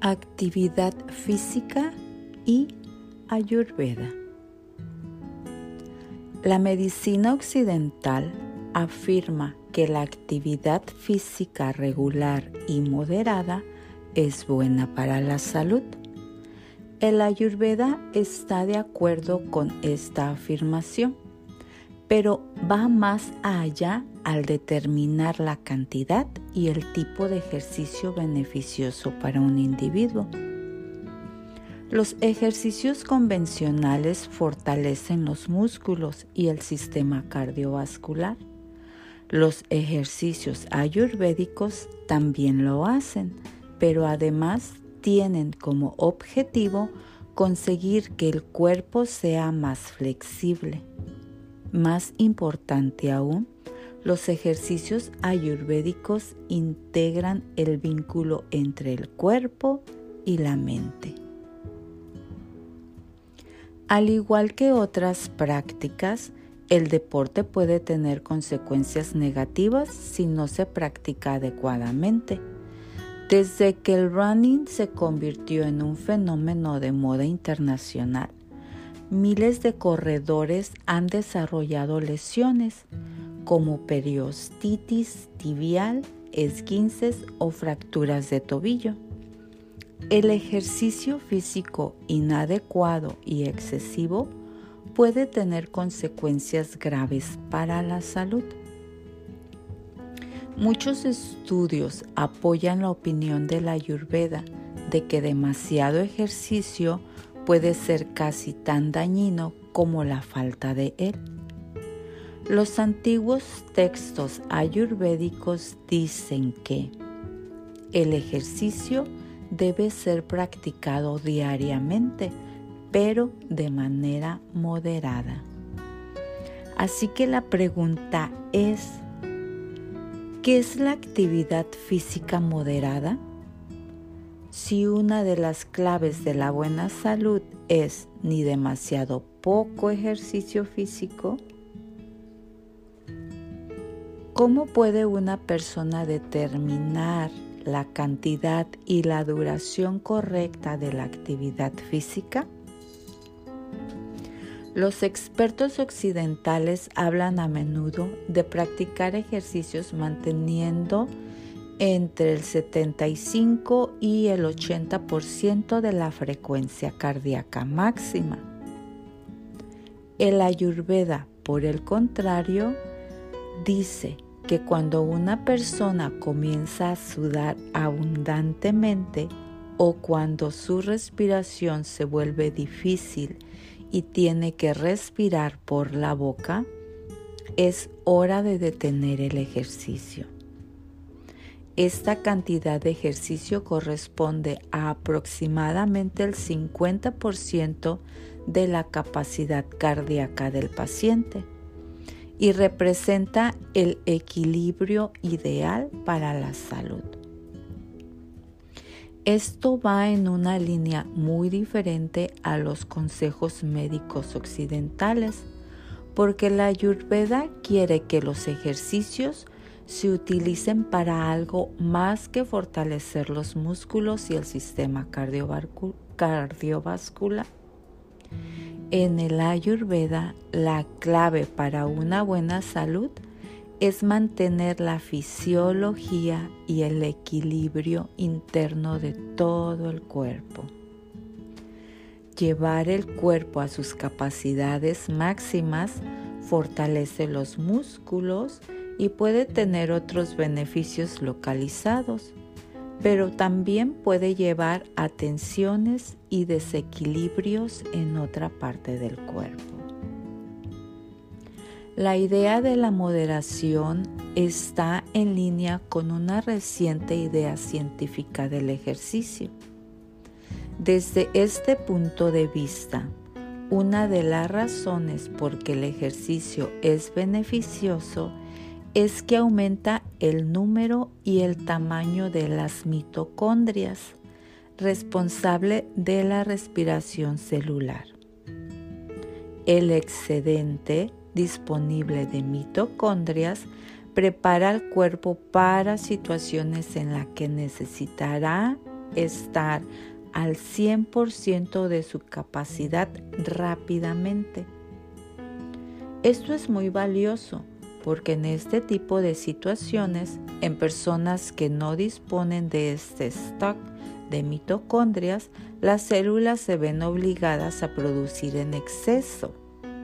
Actividad física y Ayurveda. La medicina occidental afirma que la actividad física regular y moderada es buena para la salud. El Ayurveda está de acuerdo con esta afirmación, pero va más allá al determinar la cantidad y el tipo de ejercicio beneficioso para un individuo. Los ejercicios convencionales fortalecen los músculos y el sistema cardiovascular. Los ejercicios ayurvédicos también lo hacen, pero además tienen como objetivo conseguir que el cuerpo sea más flexible. Más importante aún, los ejercicios ayurvédicos integran el vínculo entre el cuerpo y la mente. Al igual que otras prácticas, el deporte puede tener consecuencias negativas si no se practica adecuadamente. Desde que el running se convirtió en un fenómeno de moda internacional, miles de corredores han desarrollado lesiones como periostitis tibial, esguinces o fracturas de tobillo. El ejercicio físico inadecuado y excesivo puede tener consecuencias graves para la salud. Muchos estudios apoyan la opinión de la Ayurveda de que demasiado ejercicio puede ser casi tan dañino como la falta de él. Los antiguos textos ayurvédicos dicen que el ejercicio debe ser practicado diariamente, pero de manera moderada. Así que la pregunta es, ¿qué es la actividad física moderada? Si una de las claves de la buena salud es ni demasiado poco ejercicio físico, ¿cómo puede una persona determinar la cantidad y la duración correcta de la actividad física? Los expertos occidentales hablan a menudo de practicar ejercicios manteniendo entre el 75 y el 80% de la frecuencia cardíaca máxima. El Ayurveda, por el contrario, dice que cuando una persona comienza a sudar abundantemente o cuando su respiración se vuelve difícil y tiene que respirar por la boca, es hora de detener el ejercicio. Esta cantidad de ejercicio corresponde a aproximadamente el 50% de la capacidad cardíaca del paciente y representa el equilibrio ideal para la salud. Esto va en una línea muy diferente a los consejos médicos occidentales, porque la Ayurveda quiere que los ejercicios se utilicen para algo más que fortalecer los músculos y el sistema cardiovascular. En el Ayurveda, la clave para una buena salud es mantener la fisiología y el equilibrio interno de todo el cuerpo. Llevar el cuerpo a sus capacidades máximas fortalece los músculos y puede tener otros beneficios localizados, pero también puede llevar a tensiones y desequilibrios en otra parte del cuerpo. La idea de la moderación está en línea con una reciente idea científica del ejercicio. Desde este punto de vista, una de las razones por que el ejercicio es beneficioso es que aumenta el número y el tamaño de las mitocondrias, responsable de la respiración celular. El excedente disponible de mitocondrias prepara al cuerpo para situaciones en las que necesitará estar al 100% de su capacidad rápidamente. Esto es muy valioso porque en este tipo de situaciones, en personas que no disponen de este stock de mitocondrias, las células se ven obligadas a producir en exceso.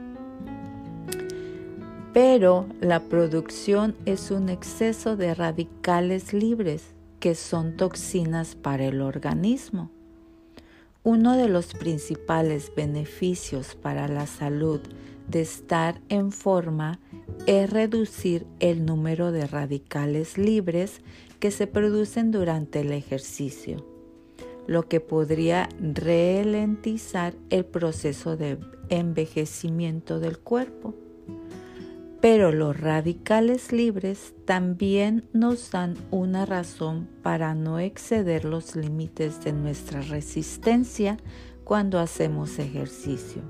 Pero la producción es un exceso de radicales libres, que son toxinas para el organismo. Uno de los principales beneficios para la salud de estar en forma es reducir el número de radicales libres que se producen durante el ejercicio, lo que podría ralentizar el proceso de envejecimiento del cuerpo. Pero los radicales libres también nos dan una razón para no exceder los límites de nuestra resistencia cuando hacemos ejercicio.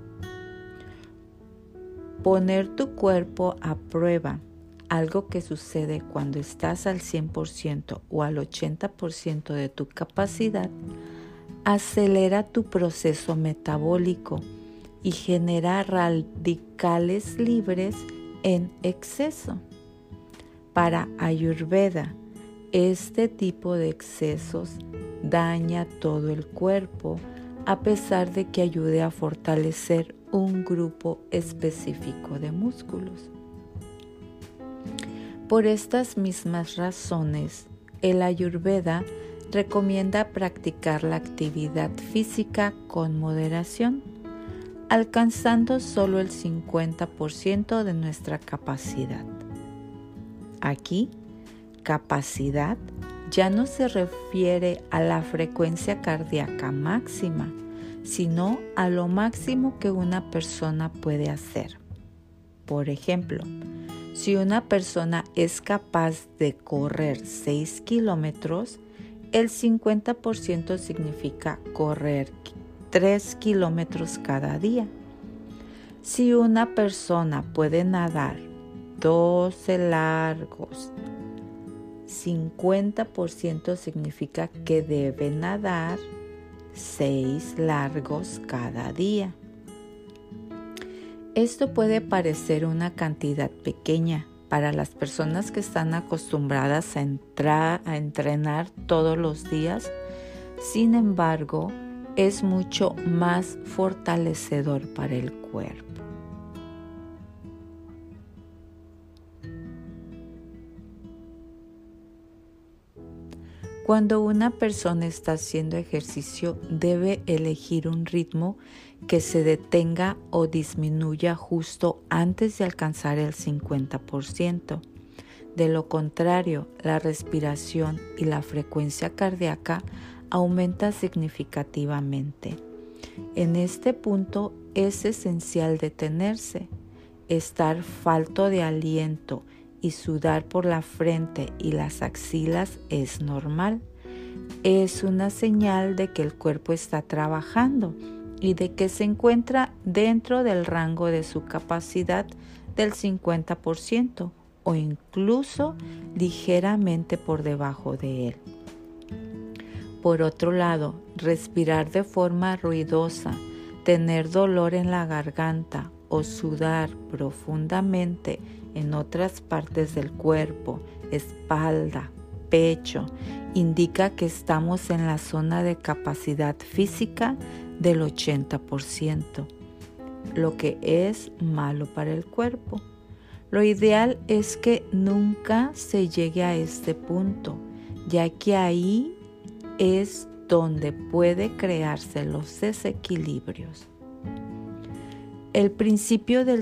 Poner tu cuerpo a prueba, algo que sucede cuando estás al 100% o al 80% de tu capacidad, acelera tu proceso metabólico y genera radicales libres en exceso. Para Ayurveda, este tipo de excesos daña todo el cuerpo, a pesar de que ayude a fortalecer un grupo específico de músculos. Por estas mismas razones, el Ayurveda recomienda practicar la actividad física con moderación, alcanzando solo el 50% de nuestra capacidad. Aquí, capacidad ya no se refiere a la frecuencia cardíaca máxima, sino a lo máximo que una persona puede hacer. Por ejemplo, si una persona es capaz de correr 6 kilómetros, el 50% significa correr 3 kilómetros cada día. Si una persona puede nadar 12 largos, 50% significa que debe nadar 6 largos cada día. Esto puede parecer una cantidad pequeña para las personas que están acostumbradas a entrenar todos los días. Sin embargo, es mucho más fortalecedor para el cuerpo. Cuando una persona está haciendo ejercicio, debe elegir un ritmo que se detenga o disminuya justo antes de alcanzar el 50%. De lo contrario, la respiración y la frecuencia cardíaca aumenta significativamente. En este punto es esencial detenerse, estar falto de aliento y sudar por la frente y las axilas es normal. Es una señal de que el cuerpo está trabajando y de que se encuentra dentro del rango de su capacidad del 50% o incluso ligeramente por debajo de él. Por otro lado, respirar de forma ruidosa, tener dolor en la garganta o sudar profundamente en otras partes del cuerpo, espalda, pecho, indica que estamos en la zona de capacidad física del 80%, lo que es malo para el cuerpo. Lo ideal es que nunca se llegue a este punto, ya que ahí es donde puede crearse los desequilibrios. El principio del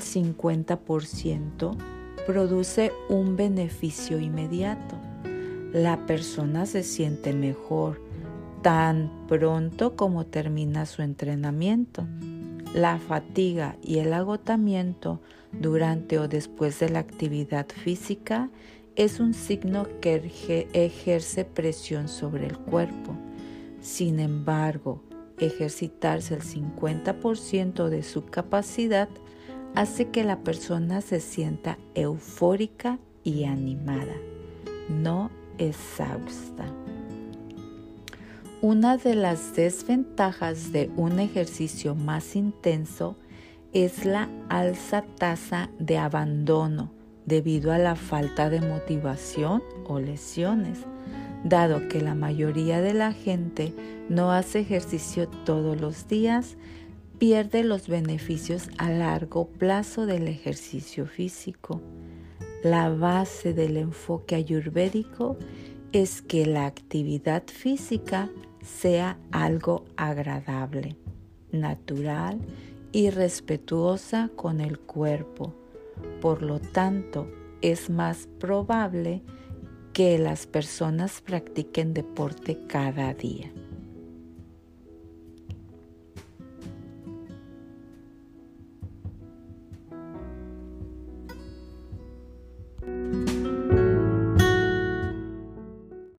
50% produce un beneficio inmediato. La persona se siente mejor tan pronto como termina su entrenamiento. La fatiga y el agotamiento durante o después de la actividad física es un signo que ejerce presión sobre el cuerpo. Sin embargo, ejercitarse el 50% de su capacidad hace que la persona se sienta eufórica y animada, no exhausta. Una de las desventajas de un ejercicio más intenso es la alta tasa de abandono debido a la falta de motivación o lesiones, dado que la mayoría de la gente no hace ejercicio todos los días, pierde los beneficios a largo plazo del ejercicio físico. La base del enfoque ayurvédico es que la actividad física sea algo agradable, natural y respetuosa con el cuerpo. Por lo tanto, es más probable que las personas practiquen deporte cada día.